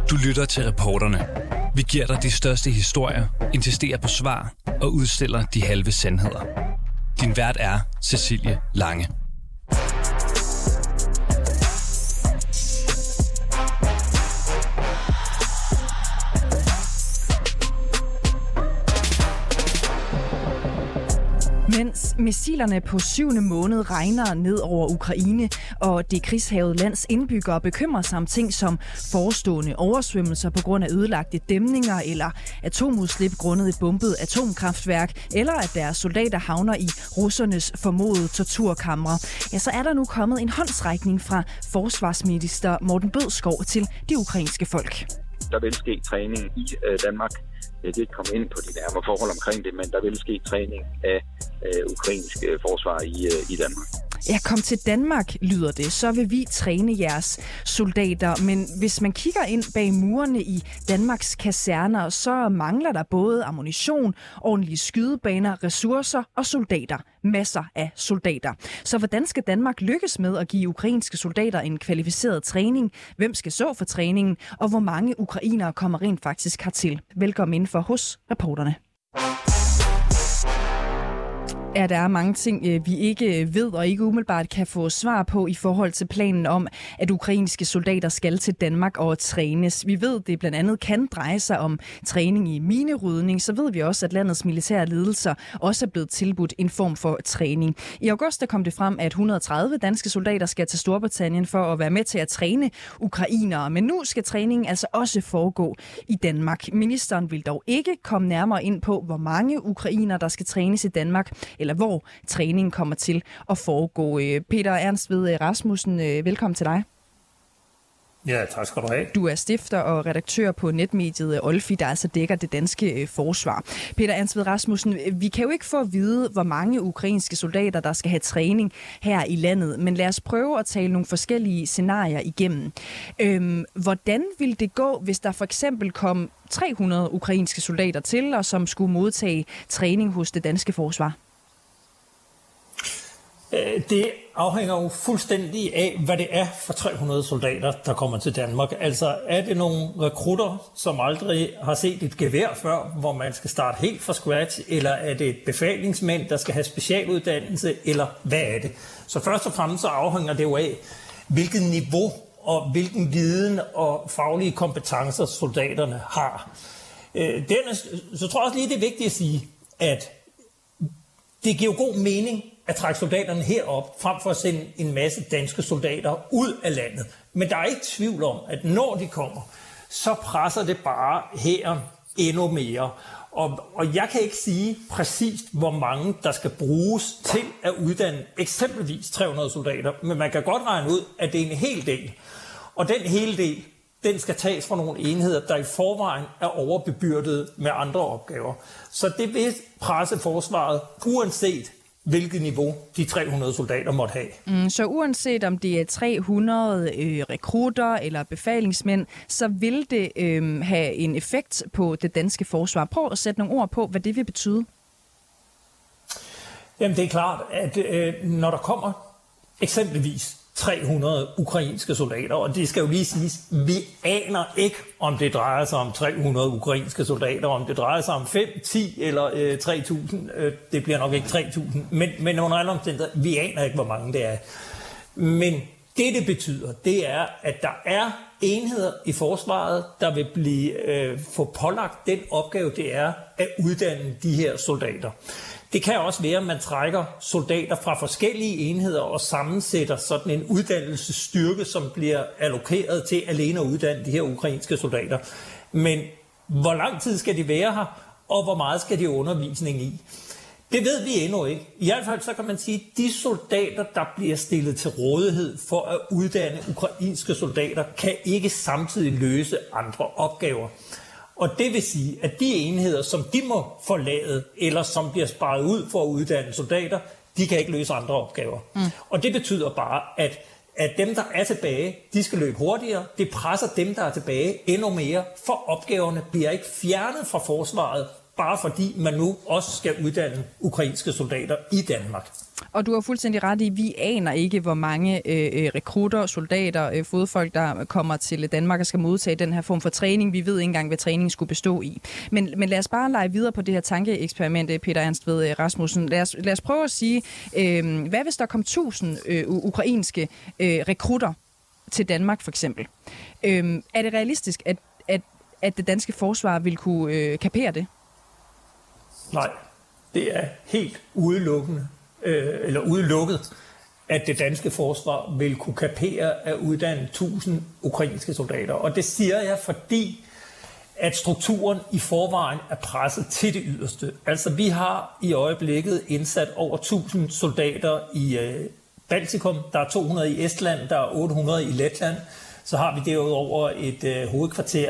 Du lytter til Reporterne. Vi giver dig de største historier, insisterer på svar og udstiller de halve sandheder. Din vært er Cecilie Lange. Mens missilerne på 7. måned regner ned over Ukraine, og det krigshavede lands indbyggere bekymrer sig om ting som forestående oversvømmelser på grund af ødelagte dæmninger, eller atomudslip grundet et bombet atomkraftværk, eller at deres soldater havner i russernes formodede torturkamre, ja, så er der nu kommet en håndsrækning fra forsvarsminister Morten Bødskov til de ukrainske folk. Der vil ske træning i Danmark. Det er ikke kommet ind på de nærmere forhold omkring det, men der vil ske træning af ukrainsk forsvar i Danmark. Ja, kom til Danmark, lyder det. Så vil vi træne jeres soldater. Men hvis man kigger ind bag murene i Danmarks kaserner, så mangler der både ammunition, ordentlige skydebaner, ressourcer og soldater. Masser af soldater. Så hvordan skal Danmark lykkes med at give ukrainske soldater en kvalificeret træning? Hvem skal så for træningen? Og hvor mange ukrainere kommer rent faktisk hertil? Velkommen indenfor hos Reporterne. Ja, der er mange ting, vi ikke ved og ikke umiddelbart kan få svar på i forhold til planen om, at ukrainske soldater skal til Danmark og trænes. Vi ved, det blandt andet kan dreje sig om træning i minerydning. Så ved vi også, at landets militære ledelser også er blevet tilbudt en form for træning. I august der kom det frem, at 130 danske soldater skal til Storbritannien for at være med til at træne ukrainere. Men nu skal træningen altså også foregå i Danmark. Ministeren vil dog ikke komme nærmere ind på, hvor mange ukrainere, der skal trænes i Danmark, eller hvor træningen kommer til at foregå. Peter Ernst Ved Rasmussen, velkommen til dig. Ja, tak skal du have. Du er stifter og redaktør på netmediet Olfi, der altså dækker det danske forsvar. Peter Ernst Ved Rasmussen, vi kan jo ikke få at vide, hvor mange ukrainske soldater, der skal have træning her i landet, men lad os prøve at tale nogle forskellige scenarier igennem. Hvordan ville det gå, hvis der for eksempel kom 300 ukrainske soldater til, og som skulle modtage træning hos det danske forsvar? Det afhænger jo fuldstændig af, hvad det er for 300 soldater, der kommer til Danmark. Altså er det nogle rekrutter, som aldrig har set et gevær før, hvor man skal starte helt fra scratch, eller er det befalingsmænd, der skal have specialuddannelse, eller hvad er det? Så først og fremmest så afhænger det jo af, hvilket niveau og hvilken viden og faglige kompetencer soldaterne har. Dernæst, så tror jeg også lige, det er vigtigt at sige, at det giver god mening at trække soldaterne herop, frem for at sende en masse danske soldater ud af landet. Men der er ikke tvivl om, at når de kommer, så presser det bare her endnu mere. Og jeg kan ikke sige præcist, hvor mange der skal bruges til at uddanne eksempelvis 300 soldater, men man kan godt regne ud, at det er en hel del. Og den hele del, den skal tages fra nogle enheder, der i forvejen er overbebyrdet med andre opgaver. Så det vil presse forsvaret, uanset hvilket niveau de 300 soldater måtte have. Så uanset om det er 300 rekrutter eller befalingsmænd, så vil det have en effekt på det danske forsvar. Prøv at sætte nogle ord på, hvad det vil betyde. Jamen det er klart, at når der kommer eksempelvis 300 ukrainske soldater, og det skal jo lige siges, vi aner ikke, om det drejer sig om 300 ukrainske soldater, om det drejer sig om 5, 10 eller 3.000. Det bliver nok ikke 3.000, men under alle omstændigheder, vi aner ikke, hvor mange det er. Men det betyder, det er, at der er enheder i forsvaret, der vil få pålagt den opgave, det er at uddanne de her soldater. Det kan også være, at man trækker soldater fra forskellige enheder og sammensætter sådan en uddannelsesstyrke, som bliver allokeret til alene at uddanne de her ukrainske soldater. Men hvor lang tid skal de være her, og hvor meget skal de undervisning i? Det ved vi endnu ikke. I hvert fald så kan man sige, at de soldater, der bliver stillet til rådighed for at uddanne ukrainske soldater, kan ikke samtidig løse andre opgaver. Og det vil sige, at de enheder, som de må forlade, eller som bliver sparet ud for at uddanne soldater, de kan ikke løse andre opgaver. Og det betyder bare, at dem, der er tilbage, de skal løbe hurtigere. Det presser dem, der er tilbage, endnu mere, for opgaverne bliver ikke fjernet fra forsvaret, bare fordi man nu også skal uddanne ukrainske soldater i Danmark. Og du har fuldstændig ret i, vi aner ikke, hvor mange rekrutter, soldater, fodfolk, der kommer til Danmark og skal modtage den her form for træning. Vi ved ikke engang, hvad træningen skulle bestå i. Men lad os bare lege videre på det her tankeeksperiment, Peter Ernst ved Rasmussen. Lad os prøve at sige, hvad hvis der kom 1000 ukrainske rekrutter til Danmark, for eksempel? Er det realistisk, at det danske forsvar vil kunne kapere det? Nej, det er helt udelukket, at det danske forsvar vil kunne kapere at uddanne 1000 ukrainske soldater. Og det siger jeg, fordi at strukturen i forvejen er presset til det yderste. Altså, vi har i øjeblikket indsat over 1000 soldater i Baltikum. Der er 200 i Estland, der er 800 i Letland. Så har vi derudover et hovedkvarter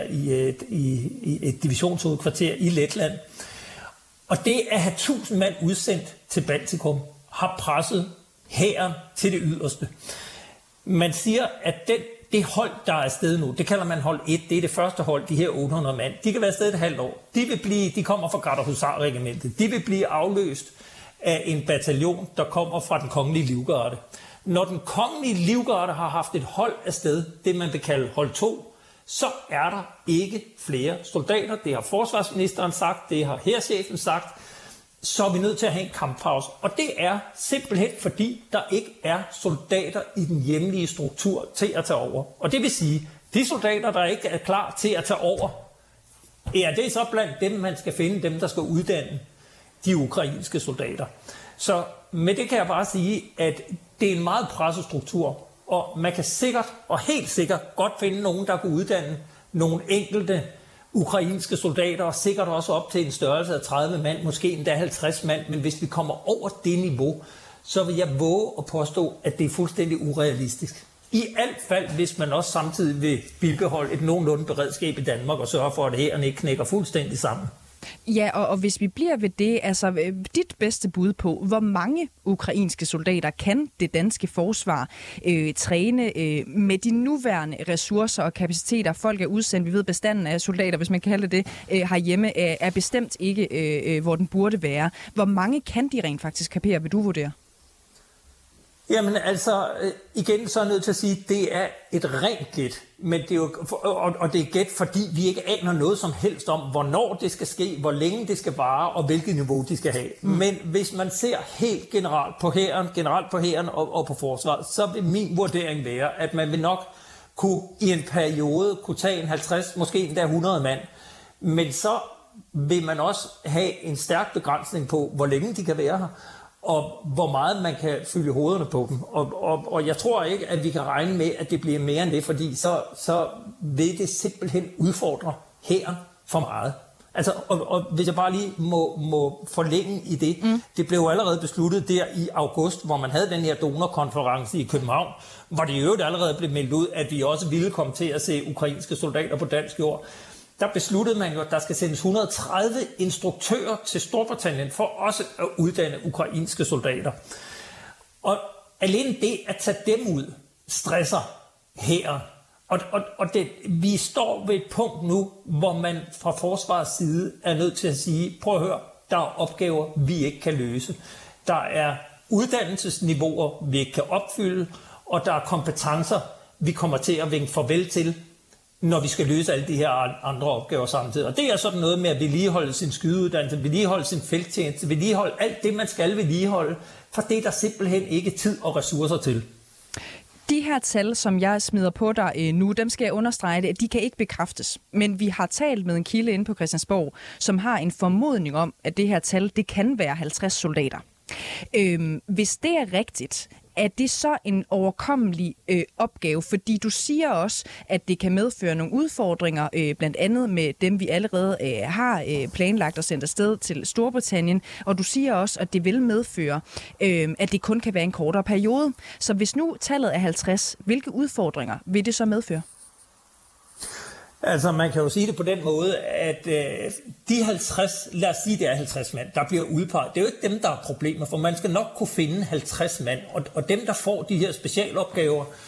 i et divisionshovedkvarter i Letland. Og det at have 1000 mand udsendt til Baltikum har presset hæren til det yderste. Man siger, at det hold, der er afsted nu, det kalder man hold 1, det er det første hold, de her 800 mand. De kan være afsted et halvt år. De kommer fra Gardehusarregimentet. De vil blive afløst af en bataljon, der kommer fra den kongelige livgarde. Når den kongelige livgarde har haft et hold afsted, det man vil kalde hold 2, så er der ikke flere soldater. Det har forsvarsministeren sagt, det har hærchefen sagt. Så er vi nødt til at have en kamppause. Og det er simpelthen fordi, der ikke er soldater i den hjemlige struktur til at tage over. Og det vil sige, de soldater, der ikke er klar til at tage over, det er så blandt dem, man skal finde, dem der skal uddanne de ukrainske soldater. Så med det kan jeg bare sige, at det er en meget presset struktur, og man kan sikkert og helt sikkert godt finde nogen, der kan uddanne nogle enkelte ukrainske soldater, og sikkert også op til en størrelse af 30 mand, måske endda 50 mand, men hvis vi kommer over det niveau, så vil jeg våge at påstå, at det er fuldstændig urealistisk. I alt fald, hvis man også samtidig vil bibeholde et nogenlunde beredskab i Danmark og sørge for, at hæren ikke knækker fuldstændig sammen. Ja, og hvis vi bliver ved det, altså dit bedste bud på, hvor mange ukrainske soldater kan det danske forsvar træne med de nuværende ressourcer og kapaciteter, folk er udsendt. Vi ved, bestanden af soldater, hvis man kan kalde det herhjemme, er bestemt ikke, hvor den burde være. Hvor mange kan de rent faktisk kapere, vil du vurdere? Jamen altså, igen så er jeg nødt til at sige, at det er et rent gæt, men det er jo, og det er gæt, fordi vi ikke aner noget som helst om, hvornår det skal ske, hvor længe det skal vare, og hvilket niveau de skal have. Men hvis man ser helt generelt på hæren og på forsvaret, så vil min vurdering være, at man vil nok i en periode kunne tage en 50, måske endda 100 mand, men så vil man også have en stærk begrænsning på, hvor længe de kan være her, og hvor meget man kan fylde hovederne på dem. Og jeg tror ikke, at vi kan regne med, at det bliver mere end det, fordi så vil det simpelthen udfordre hæren for meget. Altså, og hvis jeg bare lige må forlænge i det, det blev allerede besluttet der i august, hvor man havde den her donorkonference i København, hvor det i øvrigt allerede blev meldt ud, at vi også ville komme til at se ukrainske soldater på dansk jord. Der besluttede man jo, at der skal sendes 130 instruktører til Storbritannien for også at uddanne ukrainske soldater. Og alene det at tage dem ud stresser hæren. Og vi står ved et punkt nu, hvor man fra forsvarets side er nødt til at sige, prøv at høre, der er opgaver, vi ikke kan løse. Der er uddannelsesniveauer, vi ikke kan opfylde, og der er kompetencer, vi kommer til at vinke farvel til, når vi skal løse alle de her andre opgaver samtidig. Og det er sådan noget med at vedligeholde sin skydeuddannelse, vedligeholde sin felttjeneste, vedligeholde alt det, man skal vedligeholde, for det er der simpelthen ikke tid og ressourcer til. De her tal, som jeg smider på dig nu, dem skal jeg understrege, at de kan ikke bekræftes. Men vi har talt med en kilde inde på Christiansborg, som har en formodning om, at det her tal, det kan være 50 soldater. Hvis det er rigtigt, er det så en overkommelig opgave? Fordi du siger også, at det kan medføre nogle udfordringer, blandt andet med dem, vi allerede har planlagt og sendt afsted til Storbritannien. Og du siger også, at det vil medføre, at det kun kan være en kortere periode. Så hvis nu tallet er 50, hvilke udfordringer vil det så medføre? Altså, man kan jo sige det på den måde, at de 50, lad os sige, det er 50 mand, der bliver udpeget. Det er jo ikke dem, der er problemer, for man skal nok kunne finde 50 mand. Og dem, der får de her specialopgaver,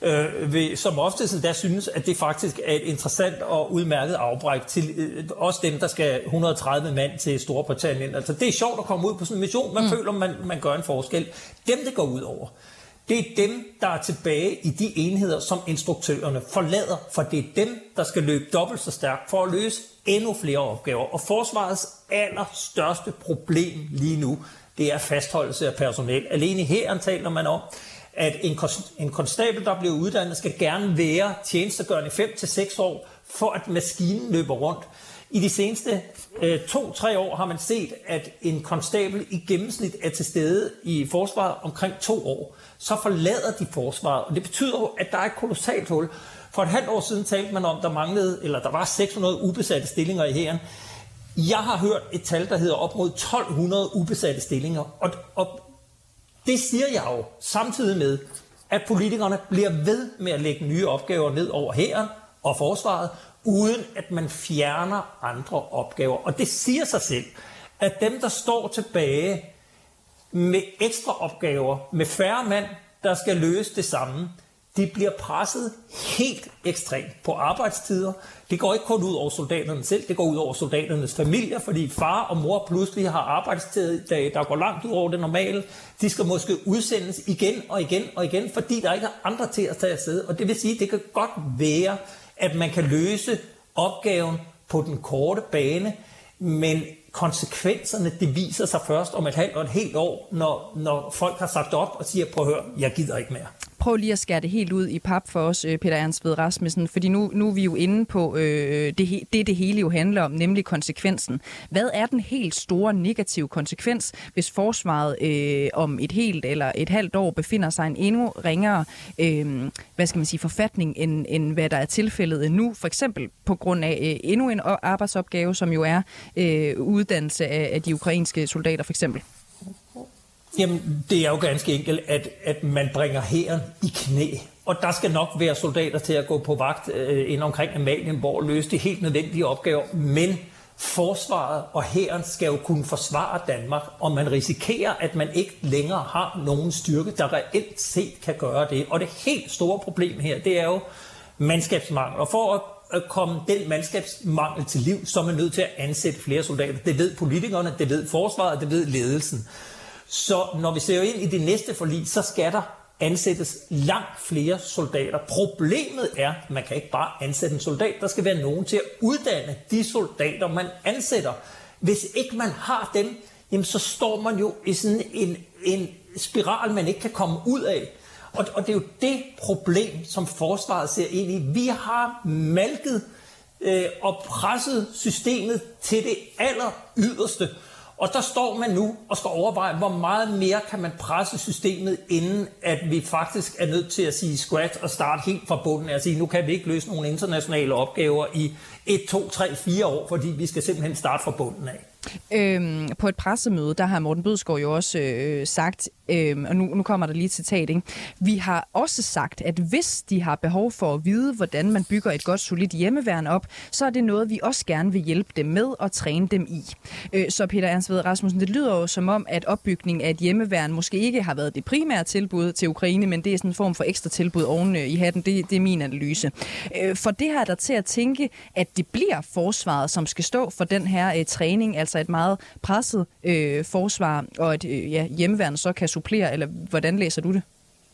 som oftest der synes, at det faktisk er et interessant og udmærket afbræk til også dem, der skal 130 mand til Storbritannien. Altså, det er sjovt at komme ud på sådan en mission. Man føler, man gør en forskel. Dem, det går ud over, det er dem, der er tilbage i de enheder, som instruktørerne forlader, for det er dem, der skal løbe dobbelt så stærkt for at løse endnu flere opgaver. Og forsvarets allerstørste problem lige nu, det er fastholdelse af personel. Alene her taler man om, at en konstabel, der bliver uddannet, skal gerne være tjenestegørende i 5 til 6 år, for at maskinen løber rundt. I de seneste 2-3 år har man set, at en konstabel i gennemsnit er til stede i forsvaret omkring 2 år. Så forlader de forsvaret, og det betyder jo, at der er et kolossalt hul. For et halvt år siden talte man om, der var 600 ubesatte stillinger i hæren. Jeg har hørt et tal, der hedder op mod 1200 ubesatte stillinger, og det siger jeg jo samtidig med, at politikerne bliver ved med at lægge nye opgaver ned over hæren og forsvaret, uden at man fjerner andre opgaver. Og det siger sig selv, at dem, der står tilbage med ekstra opgaver, med færre mand, der skal løse det samme, de bliver presset helt ekstremt på arbejdstider. Det går ikke kun ud over soldaterne selv, det går ud over soldaternes familier, fordi far og mor pludselig har arbejdstider, der går langt ud over det normale. De skal måske udsendes igen og igen og igen, fordi der ikke er andre til at tage afsted. Og det vil sige, at det kan godt være, at man kan løse opgaven på den korte bane, men konsekvenserne, det viser sig først om et halvt og et helt år, når folk har sagt op og siger, prøv at høre, jeg gider ikke mere. Prøv lige at skære det helt ud i pap for os, Peter Ernst Ved Rasmussen, fordi nu er vi jo inde på det hele jo handler om, nemlig konsekvensen. Hvad er den helt store negative konsekvens, hvis forsvaret om et helt eller et halvt år befinder sig i en endnu ringere forfatning, end hvad der er tilfældet nu, for eksempel på grund af endnu en arbejdsopgave, som jo er uddannelse af de ukrainske soldater for eksempel? Jamen, det er jo ganske enkelt, at man bringer hæren i knæ. Og der skal nok være soldater til at gå på vagt ind omkring Amalienborg og løse de helt nødvendige opgaver. Men forsvaret og hæren skal jo kunne forsvare Danmark, og man risikerer, at man ikke længere har nogen styrke, der reelt set kan gøre det. Og det helt store problem her, det er jo mandskabsmangel. Og for at komme den mandskabsmangel til liv, så er man nødt til at ansætte flere soldater. Det ved politikerne, det ved forsvaret, det ved ledelsen. Så når vi ser ind i det næste forlig, så skal der ansættes langt flere soldater. Problemet er, at man kan ikke bare ansætte en soldat. Der skal være nogen til at uddanne de soldater, man ansætter. Hvis ikke man har dem, jamen så står man jo i sådan en spiral, man ikke kan komme ud af. Og det er jo det problem, som forsvaret ser ind i. Vi har malket og presset systemet til det aller yderste. Og der står man nu og skal overveje, hvor meget mere kan man presse systemet, inden at vi faktisk er nødt til at sige scratch og starte helt fra bunden. Altså nu kan vi ikke løse nogle internationale opgaver i 1, 2, 3, 4 år, fordi vi skal simpelthen starte fra bunden af. På et pressemøde, der har Morten Bødskov jo også sagt, og nu kommer der lige et citat, ikke? Vi har også sagt, at hvis de har behov for at vide, hvordan man bygger et godt, solidt hjemmeværn op, så er det noget, vi også gerne vil hjælpe dem med og træne dem i. Så Peter Ernst Ved Rasmussen, det lyder jo som om, at opbygning af et hjemmeværn måske ikke har været det primære tilbud til Ukraine, men det er sådan en form for ekstra tilbud oven i hatten. Det er min analyse. For det her der til at tænke, at det bliver forsvaret, som skal stå for den her træning, altså et meget presset forsvar, og et hjemmeværn så kan supplere, eller hvordan læser du det?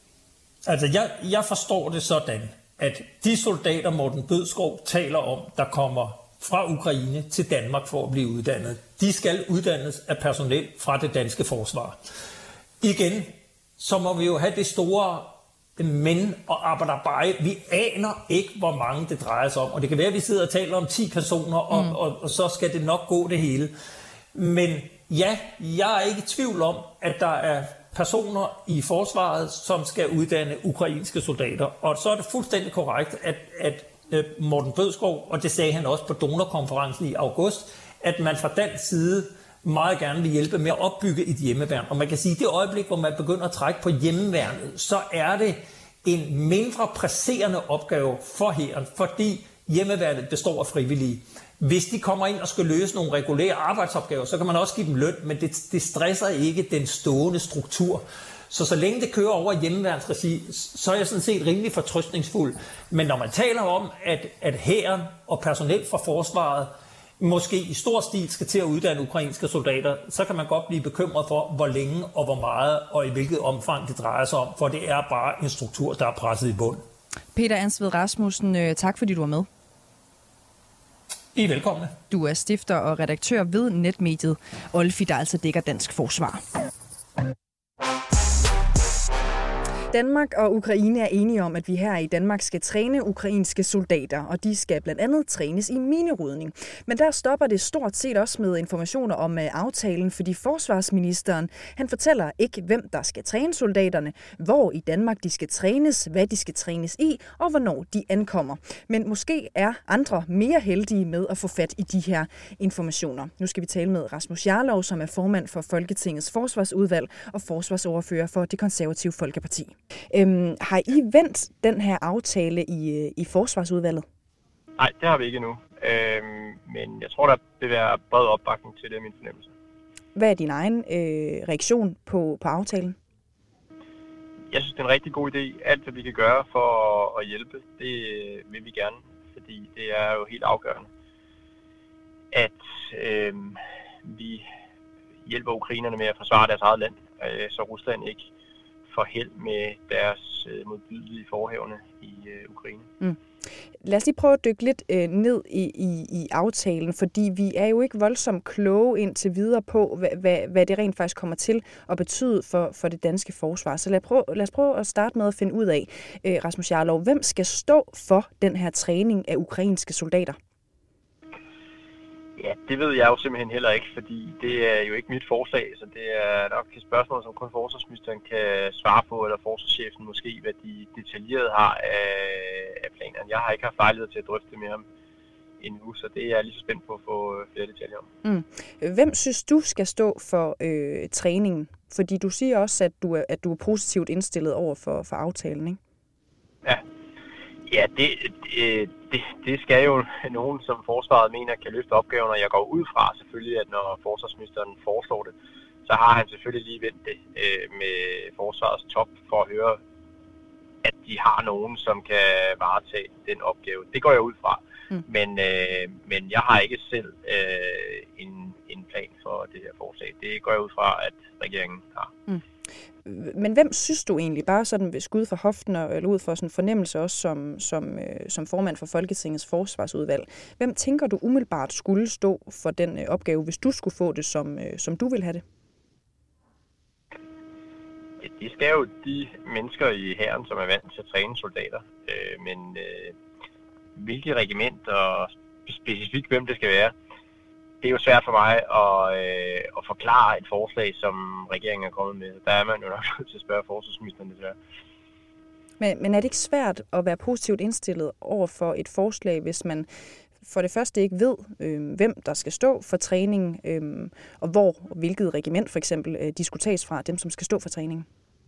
Altså, jeg forstår det sådan, at de soldater, Morten Bødskov taler om, der kommer fra Ukraine til Danmark for at blive uddannet, de skal uddannes af personel fra det danske forsvar. Igen, så må vi jo have det store men og arbejde. Vi aner ikke, hvor mange det drejer sig om, og det kan være, at vi sidder og taler om 10 personer, og så skal det nok gå det hele. Men ja, jeg er ikke i tvivl om, at der er personer i forsvaret, som skal uddanne ukrainske soldater. Og så er det fuldstændig korrekt, at Morten Bødskov, og det sagde han også på donorkonferencen i august, at man fra dansk side meget gerne vil hjælpe med at opbygge et hjemmeværn. Og man kan sige, at det øjeblik, hvor man begynder at trække på hjemmeværnet, så er det en mindre presserende opgave for hæren, fordi hjemmeværnet består af frivillige. Hvis de kommer ind og skal løse nogle regulære arbejdsopgaver, så kan man også give dem løn, men det stresser ikke den stående struktur. Så længe det kører over hjemmeværnsregi, så er jeg sådan set rimelig fortrøstningsfuld. Men når man taler om, at hæren og personel fra forsvaret måske i stor stil skal til at uddanne ukrainske soldater, så kan man godt blive bekymret for, hvor længe og hvor meget og i hvilket omfang det drejer sig om, for det er bare en struktur, der er presset i bund. Peter Ansved Rasmussen, tak fordi du var med. I er velkomne. Du er stifter og redaktør ved netmediet Olfi, der altså dækker dansk forsvar. Danmark og Ukraine er enige om, at vi her i Danmark skal træne ukrainske soldater, og de skal blandt andet trænes i minerydning. Men der stopper det stort set også med informationer om aftalen, fordi forsvarsministeren han fortæller ikke, hvem der skal træne soldaterne, hvor i Danmark de skal trænes, hvad de skal trænes i, og hvornår de ankommer. Men måske er andre mere heldige med at få fat i de her informationer. Nu skal vi tale med Rasmus Jarlov, som er formand for Folketingets forsvarsudvalg og forsvarsordfører for Det Konservative Folkeparti. Har I vendt den her aftale i forsvarsudvalget? Nej, det har vi ikke endnu. Men jeg tror, der vil være bred opbakning til det, min fornemmelse. Hvad er din egen reaktion på aftalen? Jeg synes, det er en rigtig god idé. Alt, hvad vi kan gøre for at hjælpe, det vil vi gerne. Fordi det er jo helt afgørende, at vi hjælper ukrainerne med at forsvare deres eget land, så Rusland ikke får held med deres modbydelige forhævne i Ukraine. Lad os lige prøve at dykke lidt ned i aftalen, fordi vi er jo ikke voldsomt kloge indtil videre på, hvad det rent faktisk kommer til at betyde for det danske forsvar. Så lad os prøve at starte med at finde ud af, Rasmus Jarlov, hvem skal stå for den her træning af ukrainske soldater? Ja, det ved jeg jo simpelthen heller ikke, fordi det er jo ikke mit forslag, så det er nok et spørgsmål, som kun forsvarsministeren kan svare på, eller forsvarschefen måske, hvad de detaljeret har af planerne. Jeg har ikke haft lejlighed til at drøfte det med ham endnu, så det er jeg lige så spændt på at få flere detaljer om. Hvem synes du skal stå for træningen? Fordi du siger også, at du er positivt indstillet over for aftalen, ikke? Ja, det skal jo nogen, som forsvaret mener kan løfte opgaven, og jeg går ud fra selvfølgelig, at når forsvarsministeren foreslår det, så har han selvfølgelig lige vendt det med forsvarets top for at høre, at de har nogen, som kan varetage den opgave. Det går jeg ud fra, men jeg har ikke selv en plan for det her forslag. Det går jeg ud fra, at regeringen har. Men hvem synes du egentlig, bare sådan ved skud for hoften, eller ud for sådan en fornemmelse også som formand for Folketingets forsvarsudvalg, hvem tænker du umiddelbart skulle stå for den opgave, hvis du skulle få det, som du vil have det? Ja, det skal jo de mennesker i hæren, som er vant til at træne soldater. Men hvilke regiment og specifikt hvem det skal være, det er jo svært for mig at forklare et forslag, som regeringen er kommet med. Der er man jo nok nødt til at spørge forsvarsministeren desværre. Men er det ikke svært at være positivt indstillet over for et forslag, hvis man for det første ikke ved, hvem der skal stå for træningen, og hvilket regiment for eksempel de skulle tages fra, dem som skal stå for træningen?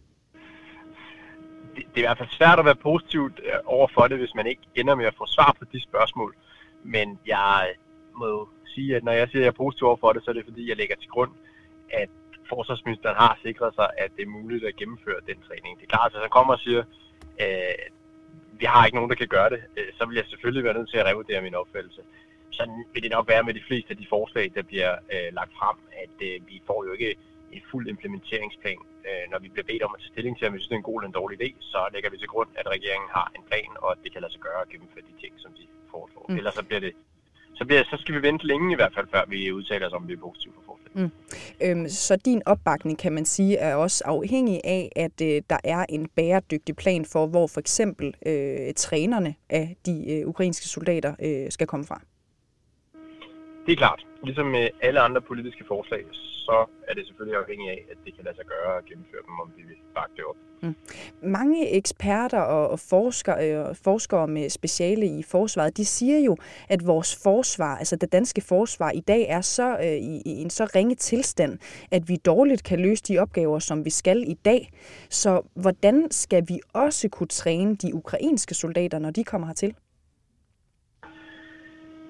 Det er i hvert fald svært at være positivt over for det, hvis man ikke ender med at få svar på de spørgsmål. Men jeg må sige, at når jeg siger, at jeg er positiv over for det, så er det fordi, jeg lægger til grund, at forsvarsministeren har sikret sig, at det er muligt at gennemføre den træning. Det er klart, at hvis han kommer og siger, vi har ikke nogen, der kan gøre det, så vil jeg selvfølgelig være nødt til at revurdere min opfattelse. Sådan vil det nok være med de fleste af de forslag, der bliver lagt frem, at vi får jo ikke en fuld implementeringsplan. Når vi bliver bedt om at tage stilling til, om vi synes, det er en god eller en dårlig idé, så lægger vi til grund, at regeringen har en plan, og at det kan lade sig gøre at gennemføre de ting, som de foreslår. Ellers så skal vi vente længe i hvert fald, før vi udtaler os om, vi er positive for forslaget. Så din opbakning, kan man sige, er også afhængig af, at der er en bæredygtig plan for, hvor for eksempel trænerne af de ukrainske soldater skal komme fra? Det er klart. Ligesom med alle andre politiske forslag, så er det selvfølgelig afhængigt af, at det kan lade sig gøre at gennemføre dem, om vi vil bakke det op. Mange eksperter og forskere med speciale i forsvaret, de siger jo, at vores forsvar, altså det danske forsvar i dag er så i en så ringe tilstand, at vi dårligt kan løse de opgaver, som vi skal i dag. Så hvordan skal vi også kunne træne de ukrainske soldater, når de kommer hertil?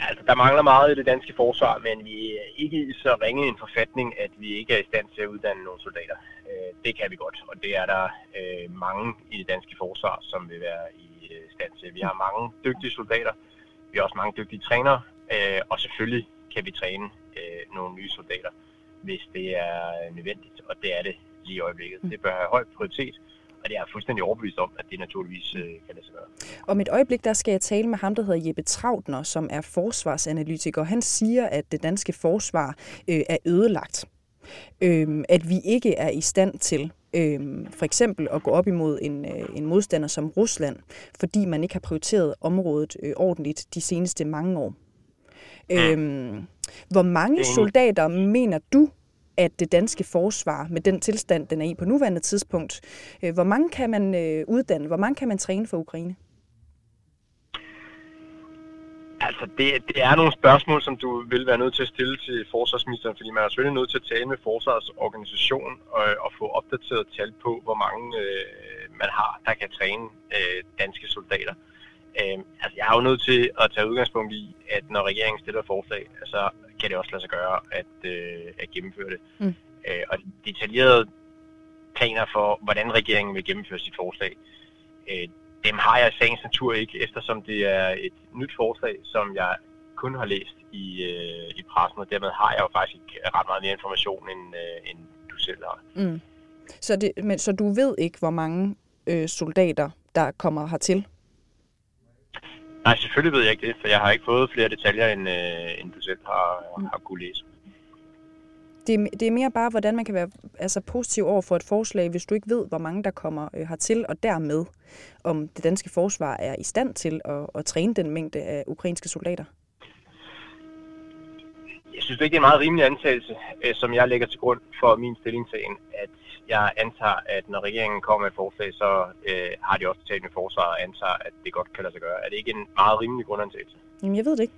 Altså, der mangler meget i det danske forsvar, men vi er ikke i så ringe en forfatning, at vi ikke er i stand til at uddanne nogle soldater. Det kan vi godt, og det er der mange i det danske forsvar, som vil være i stand til. Vi har mange dygtige soldater, vi har også mange dygtige trænere, og selvfølgelig kan vi træne nogle nye soldater, hvis det er nødvendigt, og det er det lige i øjeblikket. Det bør have høj prioritet, og det er fuldstændig overbevist om, at det naturligvis kan lade sig gøre. Om et øjeblik, der skal jeg tale med ham, der hedder Jeppe Trautner, som er forsvarsanalytiker. Han siger, at det danske forsvar er ødelagt. At vi ikke er i stand til for eksempel at gå op imod en modstander som Rusland, fordi man ikke har prioriteret området ordentligt de seneste mange år. Hvor mange soldater mener du, at det danske forsvar, med den tilstand, den er i på nuværende tidspunkt, hvor mange kan man uddanne, hvor mange kan man træne for Ukraine? Altså, det er nogle spørgsmål, som du vil være nødt til at stille til forsvarsministeren, fordi man er selvfølgelig nødt til at tale med forsvarets organisation og få opdateret tal på, hvor mange man har, der kan træne danske soldater. Altså, jeg er jo nødt til at tage udgangspunkt i, at når regeringen stiller forslag, så kan det også lade sig gøre at gennemføre det. Og detaljerede planer for, hvordan regeringen vil gennemføre sit forslag, dem har jeg i sagens natur ikke, eftersom det er et nyt forslag, som jeg kun har læst i pressen, og dermed har jeg jo faktisk ikke ret meget mere information, end du selv har. Så du ved ikke, hvor mange soldater, der kommer hertil? Nej, selvfølgelig ved jeg ikke det, for jeg har ikke fået flere detaljer, end du selv har kunne læse. Det er mere bare, hvordan man kan være positiv over for et forslag, hvis du ikke ved, hvor mange der kommer hertil, og dermed, om det danske forsvar er i stand til at træne den mængde af ukrainske soldater. Jeg synes ikke, det er en meget rimelig antagelse, som jeg lægger til grund for min stillingtagen, at jeg antager, at når regeringen kommer med et forslag, så har de også talt med forsvaret og antager, at det godt kan lade sig gøre. Er det ikke en meget rimelig grundantagelse? Jamen, jeg ved det ikke.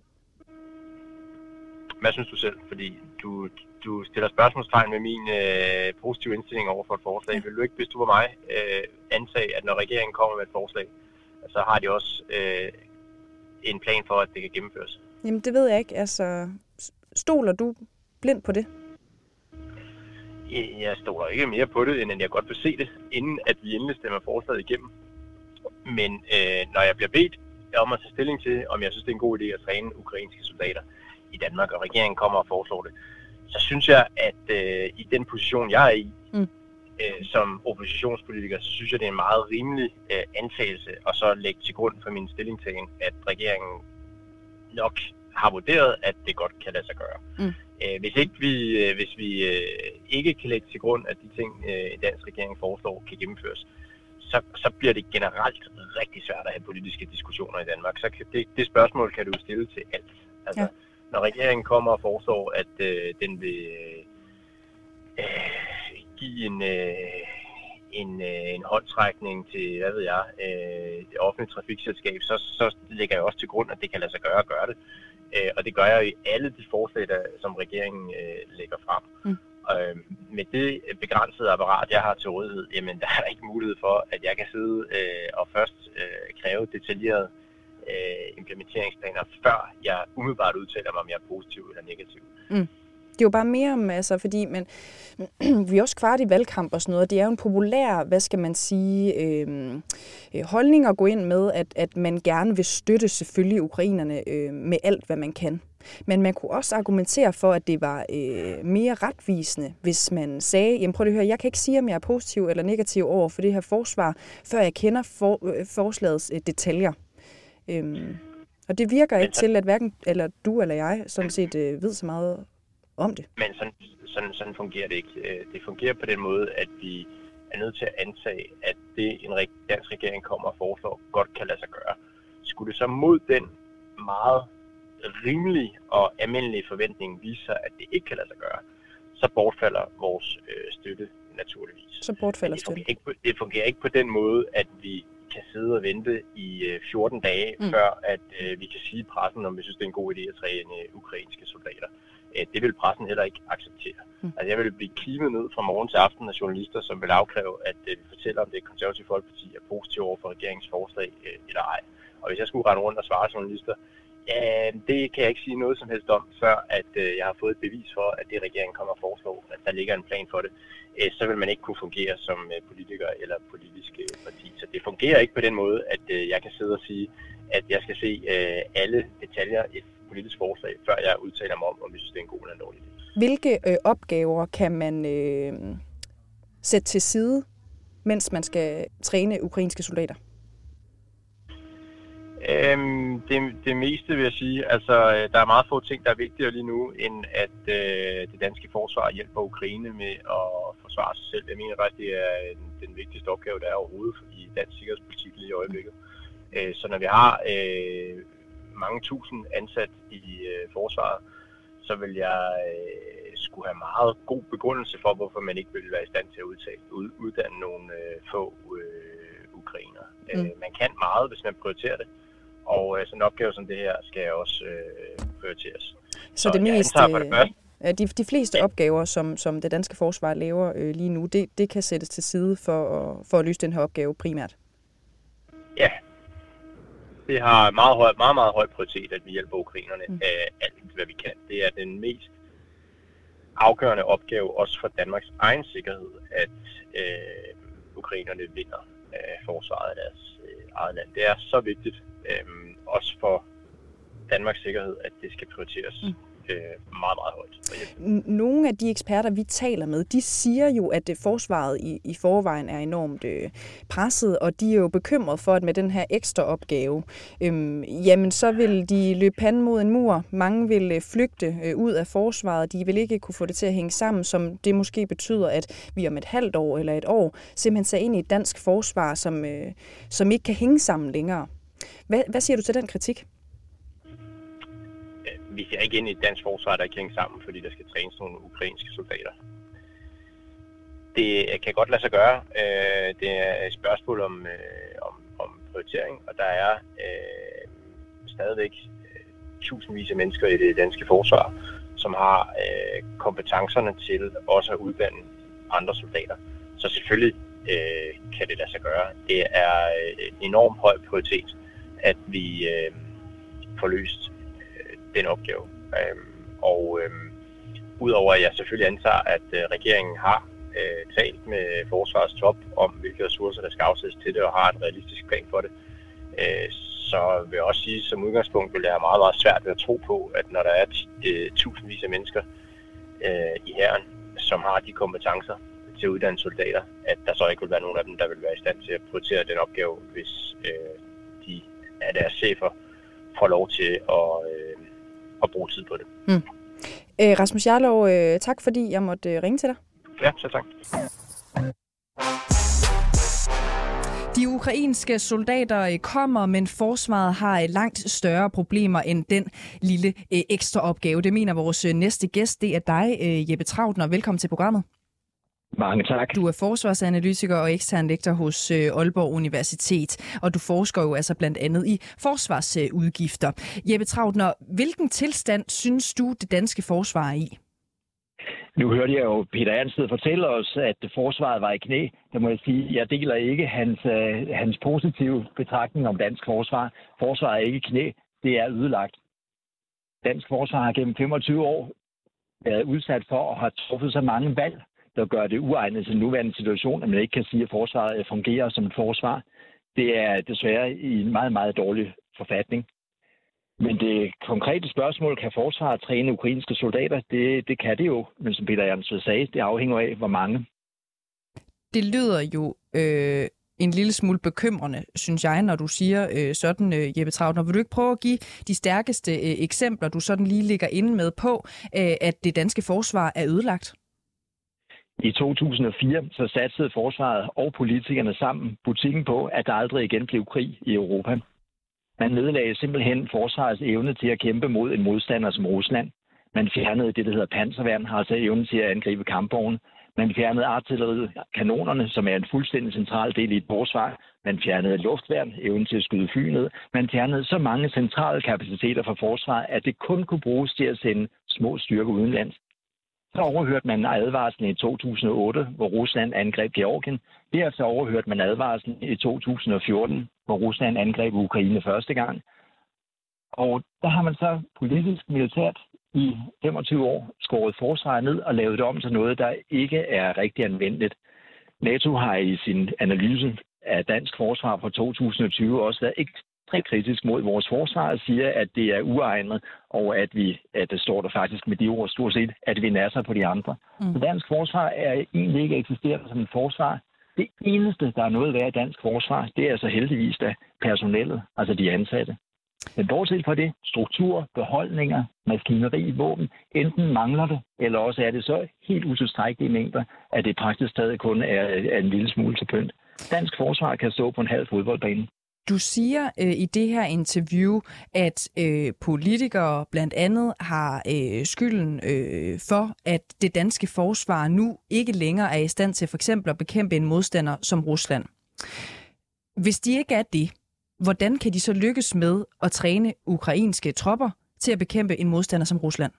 Hvad synes du selv? Fordi du stiller spørgsmålstegn med min positive indstilling over for et forslag. Ja. Vil du ikke, hvis du var mig, antage, at når regeringen kommer med et forslag, så har de også en plan for, at det kan gennemføres? Jamen, det ved jeg ikke. Altså, stoler du blindt på det? Jeg stoler ikke mere på det, end at jeg godt vil se det, inden at vi endelig stemmer forslaget igennem. Men når jeg bliver bedt om at tage stilling til, om jeg synes, det er en god idé at træne ukrainske soldater i Danmark, og regeringen kommer og foreslår det, så synes jeg, at i den position, jeg er i, som oppositionspolitiker, så synes jeg, det er en meget rimelig antagelse, og så lægge til grund for min stillingtagen, at regeringen nok har vurderet, at det godt kan lade sig gøre. Hvis vi ikke kan lægge til grund, at de ting, en dansk regering foreslår, kan gennemføres, så bliver det generelt rigtig svært at have politiske diskussioner i Danmark. Så det spørgsmål kan du stille til alt. Altså, når regeringen kommer og foreslår, at den vil give en håndtrækning til, hvad ved jeg, det offentlige trafikselskab, så lægger jeg også til grund, at det kan lade sig gøre at gøre det. Og det gør jeg i alle de forslag, som regeringen lægger frem. Med det begrænsede apparat, jeg har til rådighed, jamen der er ikke mulighed for, at jeg kan sidde og først kræve detaljerede implementeringsplaner, før jeg umiddelbart udtaler mig, om jeg er positiv eller negativ. Det er jo bare mere om, fordi vi er også kvart i valgkamp og sådan noget, det er jo en populær, hvad skal man sige, holdning at gå ind med, at man gerne vil støtte selvfølgelig ukrainerne med alt, hvad man kan. Men man kunne også argumentere for, at det var mere retvisende, hvis man sagde, jamen prøv at høre, jeg kan ikke sige, om jeg er positiv eller negativ over for det her forsvar, før jeg kender forslagets detaljer. Og det virker ikke til, at hverken eller du eller jeg sådan set ved så meget om det. Men sådan fungerer det ikke. Det fungerer på den måde, at vi er nødt til at antage, at det en dansk regering kommer og foreslår, godt kan lade sig gøre. Skulle det så mod den meget rimelige og almindelige forventning vise sig, at det ikke kan lade sig gøre, så bortfalder vores støtte naturligvis. Så bortfalder støtte. Det fungerer ikke på den måde, at vi kan sidde og vente i 14 dage, før at vi kan sige i pressen, om vi synes, det er en god idé at træne ukrainske soldater. Det vil pressen heller ikke acceptere. Altså, jeg vil blive kimet ned fra morgen til aften af journalister, som vil afkræve, at vi fortæller, om det Konservative Folkeparti er positiv over for regeringens forslag eller ej. Og hvis jeg skulle rende rundt og svare journalister Det kan jeg ikke sige noget som helst om, før at jeg har fået et bevis for, at det regeringen kommer at foreslå, at der ligger en plan for det. Så vil man ikke kunne fungere som politiker eller politisk parti. Så det fungerer ikke på den måde, at jeg kan sidde og sige, at jeg skal se alle detaljer i et politisk forslag, før jeg udtaler mig om jeg synes, det er en god eller en dårlig idé. Hvilke opgaver kan man sætte til side, mens man skal træne ukrainske soldater? Det meste vil jeg sige. Altså, der er meget få ting, der er vigtigere lige nu, end at det danske forsvar hjælper Ukraine med at forsvare sig selv. Jeg mener faktisk, det er den vigtigste opgave, der er overhovedet i dansk sikkerhedspolitik lige i øjeblikket. Så når vi har mange tusind ansat i forsvaret, så vil jeg skulle have meget god begrundelse for, hvorfor man ikke vil være i stand til at uddanne nogle få ukrainere. Man kan meget, hvis man prioriterer det. Og sådan en opgave som det her skal også prioriteres. Så det mest, de fleste opgaver, som det danske forsvar laver lige nu, det kan sættes til side for at løse den her opgave primært? Ja. Det har meget høj prioritet, at vi hjælper ukrainerne af alt, hvad vi kan. Det er den mest afgørende opgave, også for Danmarks egen sikkerhed, at ukrainerne vinder forsvaret af deres eget land. Det er så vigtigt, også for Danmarks sikkerhed, at det skal prioriteres meget, meget højt. Nogle af de eksperter, vi taler med, de siger jo, at forsvaret i forvejen er enormt presset, og de er jo bekymret for, at med den her ekstra opgave, jamen så vil de løbe panden mod en mur. Mange vil flygte ud af forsvaret. De vil ikke kunne få det til at hænge sammen, som det måske betyder, at vi om et halvt år eller et år simpelthen ser ind i et dansk forsvar, som ikke kan hænge sammen længere. Hvad siger du til den kritik? Vi ser ikke ind i et dansk forsvar, der ikke hænger sammen, fordi der skal trænes nogle ukrainske soldater. Det kan godt lade sig gøre. Det er et spørgsmål om prioritering, og der er stadigvæk tusindvis af mennesker i det danske forsvar, som har kompetencerne til også at uddanne andre soldater. Så selvfølgelig kan det lade sig gøre. Det er en enormt høj prioritet, at vi får løst den opgave. Udover at jeg selvfølgelig antager, at regeringen har talt med forsvarets top om, hvilke ressourcer der skal afsættes til det, og har en realistisk plan for det, så vil jeg også sige, som udgangspunkt vil jeg have meget, meget svært ved at tro på, at når der er tusindvis af mennesker i hæren, som har de kompetencer til at uddanne soldater, at der så ikke vil være nogen af dem, der vil være i stand til at prioritere den opgave, hvis de af deres chefer får lov til at bruge tid på det. Rasmus Jarlov, tak fordi jeg måtte ringe til dig. Ja, så tak. De ukrainske soldater kommer, men forsvaret har langt større problemer end den lille ekstra opgave. Det mener vores næste gæst, det er dig, Jeppe Trautner. Velkommen til programmet. Mange tak. Du er forsvarsanalytiker og ekstern lektor hos Aalborg Universitet, og du forsker jo altså blandt andet i forsvarsudgifter. Jeppe Trautner, hvilken tilstand synes du, det danske forsvar er i? Nu hørte jeg jo Peter Ernsted fortælle os, at forsvaret var i knæ. Der må jeg sige, jeg deler ikke hans positive betragtning om dansk forsvar. Forsvaret er ikke i knæ, det er ødelagt. Dansk forsvar har gennem 25 år været udsat for at have truffet så mange valg, der gør det uegnet til den nuværende situation, at man ikke kan sige, at forsvaret fungerer som et forsvar. Det er desværre i en meget, meget dårlig forfatning. Men det konkrete spørgsmål, kan forsvaret træne ukrainske soldater? Det kan det jo, men som Peter Ernsted sagde, det afhænger af, hvor mange. Det lyder jo en lille smule bekymrende, synes jeg, når du siger sådan, Jeppe Trautner. Vil du ikke prøve at give de stærkeste eksempler, du sådan lige ligger inde med på, at det danske forsvar er ødelagt? I 2004 så satsede forsvaret og politikerne sammen butikken på, at der aldrig igen blev krig i Europa. Man nedlagde simpelthen forsvarets evne til at kæmpe mod en modstander som Rusland. Man fjernede det, der hedder panserværn, altså evnen til at angribe kampvogne. Man fjernede artillerikanonerne, som er en fuldstændig central del i et forsvar. Man fjernede luftværn, evnen til at skyde fly ned. Man fjernede så mange centrale kapaciteter fra forsvaret, at det kun kunne bruges til at sende små styrker udenlands. Så overhørte man advarslen i 2008, hvor Rusland angreb Georgien. Derefter overhørte man advarslen i 2014, hvor Rusland angreb Ukraine første gang. Og der har man så politisk militært i 25 år skåret forsvaret ned og lavet det om til noget, der ikke er rigtig anvendeligt. NATO har i sin analyse af dansk forsvar fra 2020 også været ekstremt kritisk mod vores forsvar og siger, at det er uegnet, og at det står der faktisk med de ord stort set, at vi nasser på de andre. Så dansk forsvar er egentlig ikke eksisterende som et forsvar. Det eneste, der er noget værd i dansk forsvar, det er altså heldigvis da personellet, altså de ansatte. Men bortset fra det, struktur, beholdninger, maskineri, våben, enten mangler det, eller også er det så helt utilstrækkelige mængder, at det praktisk stadig kun er en lille smule til pynt. Dansk forsvar kan stå på en halv fodboldbane. Du siger i det her interview, at politikere blandt andet har skylden for, at det danske forsvar nu ikke længere er i stand til for eksempel at bekæmpe en modstander som Rusland. Hvis de ikke er det, hvordan kan de så lykkes med at træne ukrainske tropper til at bekæmpe en modstander som Rusland?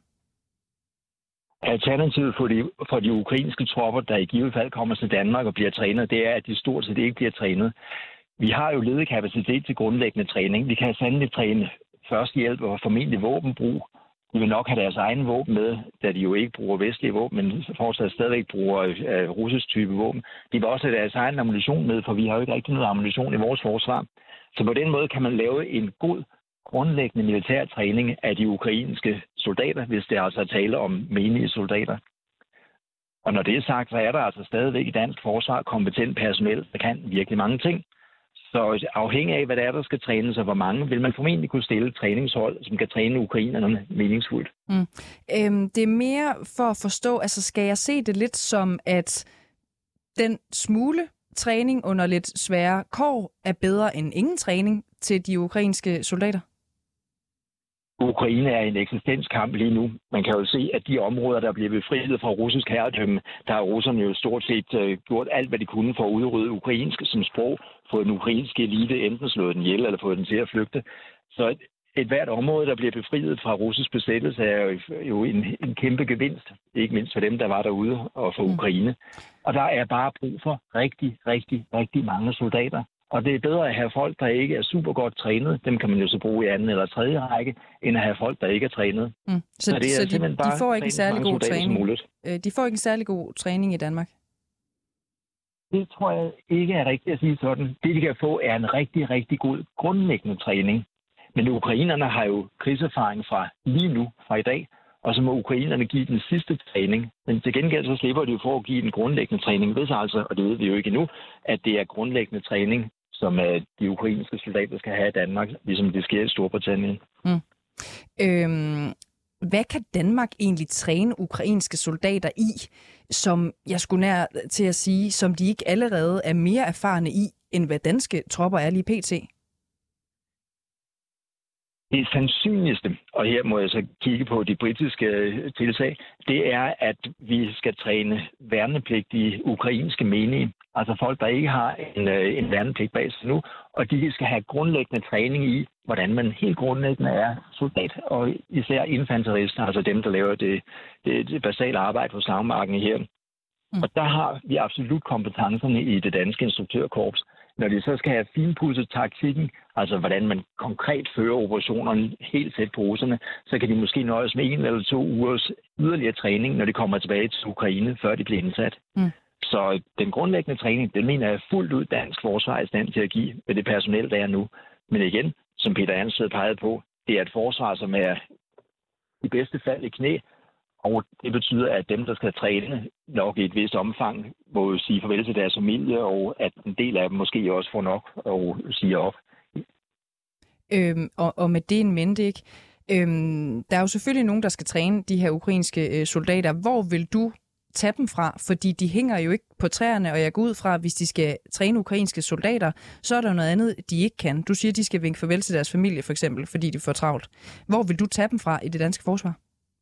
Alternativet for de ukrainske tropper, der i givet fald kommer til Danmark og bliver trænet, det er, at de stort set ikke bliver trænet. Vi har jo ledig kapacitet til grundlæggende træning. Vi kan sandelig træne førstehjælp og formentlig våbenbrug. De vil nok have deres egen våben med, da de jo ikke bruger vestlige våben, men fortsat stadigvæk bruger russisk type våben. De vil også have deres egen ammunition med, for vi har jo ikke rigtig noget ammunition i vores forsvar. Så på den måde kan man lave en god grundlæggende militær træning af de ukrainske soldater, hvis det altså taler om menige soldater. Og når det er sagt, så er der altså stadigvæk i dansk forsvar kompetent personel, der kan virkelig mange ting. Så afhængig af, hvad det er, der skal trænes og hvor mange, vil man formentlig kunne stille træningshold, som kan træne ukrainerne meningsfuldt. Det er mere for at forstå, altså skal jeg se det lidt som, at den smule træning under lidt svære kår er bedre end ingen træning til de ukrainske soldater? Ukraine er en eksistenskamp lige nu. Man kan jo se, at de områder, der bliver befriet fra russisk herredømme, der har russerne jo stort set gjort alt, hvad de kunne for at udrydde ukrainsk som sprog, få den ukrainske elite enten slået den ihjel eller få den til at flygte. Så et hvert område, der bliver befriet fra russisk besættelse, er jo en kæmpe gevinst, ikke mindst for dem, der var derude og for Ukraine. Og der er bare brug for rigtig, rigtig, rigtig mange soldater. Og det er bedre at have folk, der ikke er super godt trænet. Dem kan man jo så bruge i anden eller tredje række, end at have folk, der ikke er trænet. Så de får ikke en særlig god træning? De får ikke en særlig god træning i Danmark? Det tror jeg ikke er rigtigt at sige sådan. Det, de kan få, er en rigtig, rigtig god grundlæggende træning. Men ukrainerne har jo krigserfaring fra lige nu, fra i dag, og så må ukrainerne give den sidste træning. Men til gengæld så slipper de jo for at give en grundlæggende træning, hvis altså, og det ved vi jo ikke endnu, at det er grundlæggende træning, som de ukrainske soldater skal have i Danmark, ligesom det sker i Storbritannien. Hvad kan Danmark egentlig træne ukrainske soldater i, som jeg skulle nær til at sige, som de ikke allerede er mere erfarne i, end hvad danske tropper er lige pt.? Det sandsynligste, og her må jeg så kigge på de britiske tiltag, det er, at vi skal træne værnepligtige ukrainske menige, altså folk, der ikke har en værnepligt bag sig nu, og de skal have grundlæggende træning i, hvordan man helt grundlæggende er soldat, og især infanterister, altså dem, der laver det basale arbejde på slagmarken her. Og der har vi absolut kompetencerne i det danske instruktørkorps. Når de så skal have finpudset taktikken, altså hvordan man konkret fører operationerne helt tæt på russerne, så kan de måske nøjes med 1 eller 2 ugers yderligere træning, når de kommer tilbage til Ukraine, før de bliver indsat. Så den grundlæggende træning, den mener jeg fuldt ud dansk forsvar er i stand til at give med det personel, der er nu. Men igen, som Peter Ansted pegede på, det er et forsvar, som er i bedste fald i knæ, og det betyder, at dem, der skal træne nok i et vist omfang, må sige farvel til deres familie, og at en del af dem måske også får nok og siger op. Og med det en mente, ikke? Der er jo selvfølgelig nogen, der skal træne de her ukrainske soldater. Hvor vil du tage dem fra? Fordi de hænger jo ikke på træerne, og jeg går ud fra, at hvis de skal træne ukrainske soldater, så er der noget andet, de ikke kan. Du siger, at de skal vinke farvel til deres familie, for eksempel, fordi de får travlt. Hvor vil du tage dem fra i det danske forsvar?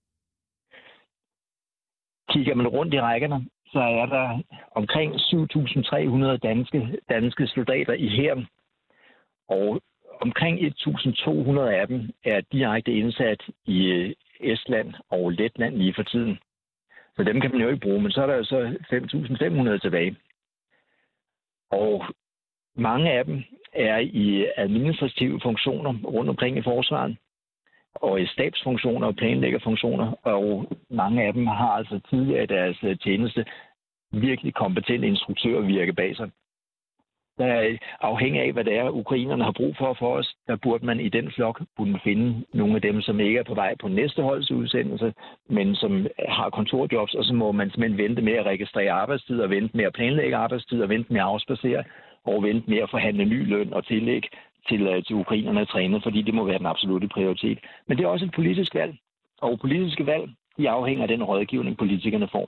Kigger man rundt i rækkerne, så er der omkring 7.300 danske soldater i hæren, og omkring 1.200 af dem er direkte indsat i Estland og Letland lige for tiden. Så dem kan man jo ikke bruge, men så er der jo så 5.500 tilbage. Og mange af dem er i administrative funktioner rundt omkring i forsvaret. og stabsfunktioner og planlæggerfunktioner, og mange af dem har altså tidligere i deres tjeneste virkelig kompetente instruktørvirke bag sig. Der er afhængig af, hvad det er, ukrainerne har brug for os, der burde man i den flok kunne finde nogle af dem, som ikke er på vej på næste holds udsendelse, men som har kontorjobs, og så må man simpelthen vente med at registrere arbejdstid, og vente med at planlægge arbejdstid, og vente med at afspacere, og vente med at forhandle ny løn og tillæg til ukrainerne at træne, fordi det må være den absolutte prioritet. Men det er også et politisk valg, og politiske valg, de afhænger af den rådgivning, politikerne får.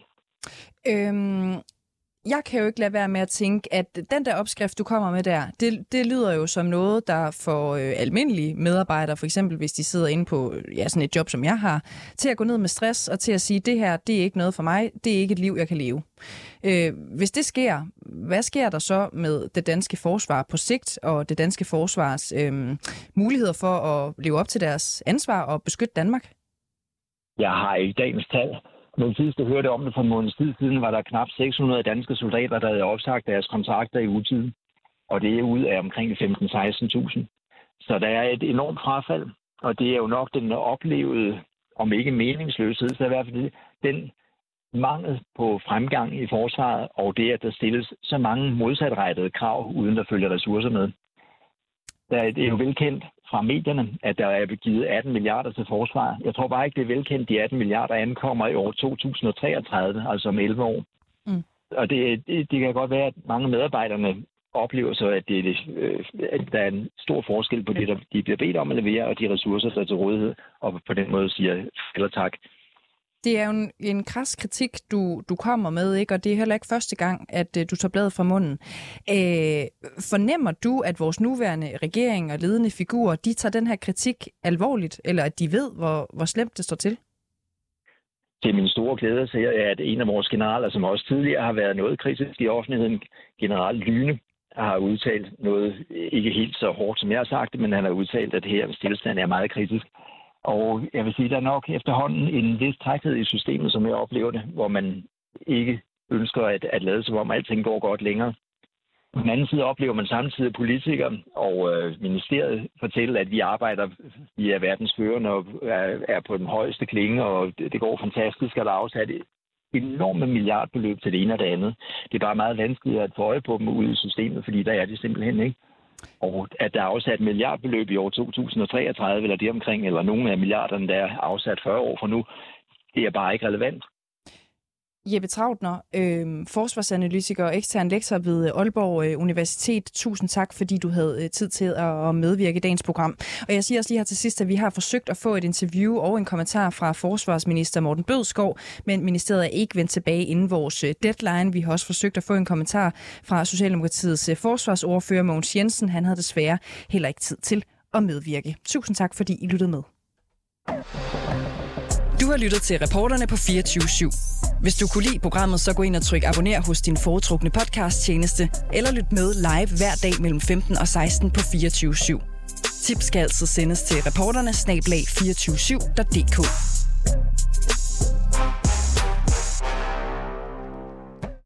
Jeg kan jo ikke lade være med at tænke, at den der opskrift, du kommer med der, det lyder jo som noget, der får almindelige medarbejdere, for eksempel hvis de sidder inde på sådan et job, som jeg har, til at gå ned med stress og til at sige, det her, det er ikke noget for mig, det er ikke et liv, jeg kan leve. Hvis det sker, hvad sker der så med det danske forsvar på sigt, og det danske forsvars muligheder for at leve op til deres ansvar og beskytte Danmark? Jeg har ikke dagens tal. Men sidst jeg hørte om det for en måneds tid siden, var der knap 600 danske soldater, der havde opsagt deres kontrakter i utiden. Og det er ud af omkring 15-16.000. Så der er et enormt frafald, og det er jo nok den oplevede, om ikke meningsløshed, så i hvert fald den mangel på fremgang i forsvaret, og det, at der stilles så mange modsatrettede krav, uden der følger ressourcer med. Det er jo velkendt fra medierne, at der er givet 18 milliarder til forsvar. Jeg tror bare ikke, det er velkendt, de 18 milliarder ankommer i år 2033, altså om 11 år. Mm. Og det kan godt være, at mange medarbejderne oplever så, at der er en stor forskel på det, der de bliver bedt om at levere, og de ressourcer, der er til rådighed, og på den måde siger eller tak. Det er jo en kras kritik, du kommer med, ikke? Og det er heller ikke første gang, at du tager bladet fra munden. Fornemmer du, at vores nuværende regering og ledende figurer, de tager den her kritik alvorligt, eller at de ved, hvor slemt det står til? Til min store glæde ser jeg, at en af vores generaler, som også tidligere har været noget kritisk i offentligheden, general Lyne, har udtalt noget, ikke helt så hårdt, som jeg har sagt det, men han har udtalt, at her stillestand er meget kritisk. Og jeg vil sige, der er nok efterhånden en vis trækhed i systemet, som jeg oplever det, hvor man ikke ønsker at lade sig, om alting går godt længere. På den anden side oplever man samtidig, at politikere og ministeriet fortæller, at vi arbejder, vi er verdensførende og er på den højeste klinge, og det går fantastisk, at der er afsat enorme milliardbeløb til det ene og det andet. Det er bare meget vanskeligt at få øje på dem ude i systemet, fordi der er det simpelthen ikke. Og at der er afsat milliardbeløb i år 2033, eller det omkring, eller nogle af milliarderne, der er afsat 40 år fra nu, det er bare ikke relevant. Jeppe Trautner, forsvarsanalytiker og ekstern lektor ved Aalborg Universitet. Tusind tak, fordi du havde tid til at medvirke i dagens program. Og jeg siger også lige her til sidst, at vi har forsøgt at få et interview og en kommentar fra forsvarsminister Morten Bødskov, men ministeriet er ikke vendt tilbage inden vores deadline. Vi har også forsøgt at få en kommentar fra Socialdemokratiets forsvarsordfører Mogens Jensen. Han havde desværre heller ikke tid til at medvirke. Tusind tak, fordi I lyttede med. Du har lyttet til Reporterne på 24/7. Hvis du kunne lide programmet, så gå ind og tryk abonner hos din foretrukne podcasttjeneste, eller lyt med live hver dag mellem 15 og 16 på 24/7. Tips skal altså sendes til reporterne @247.dk.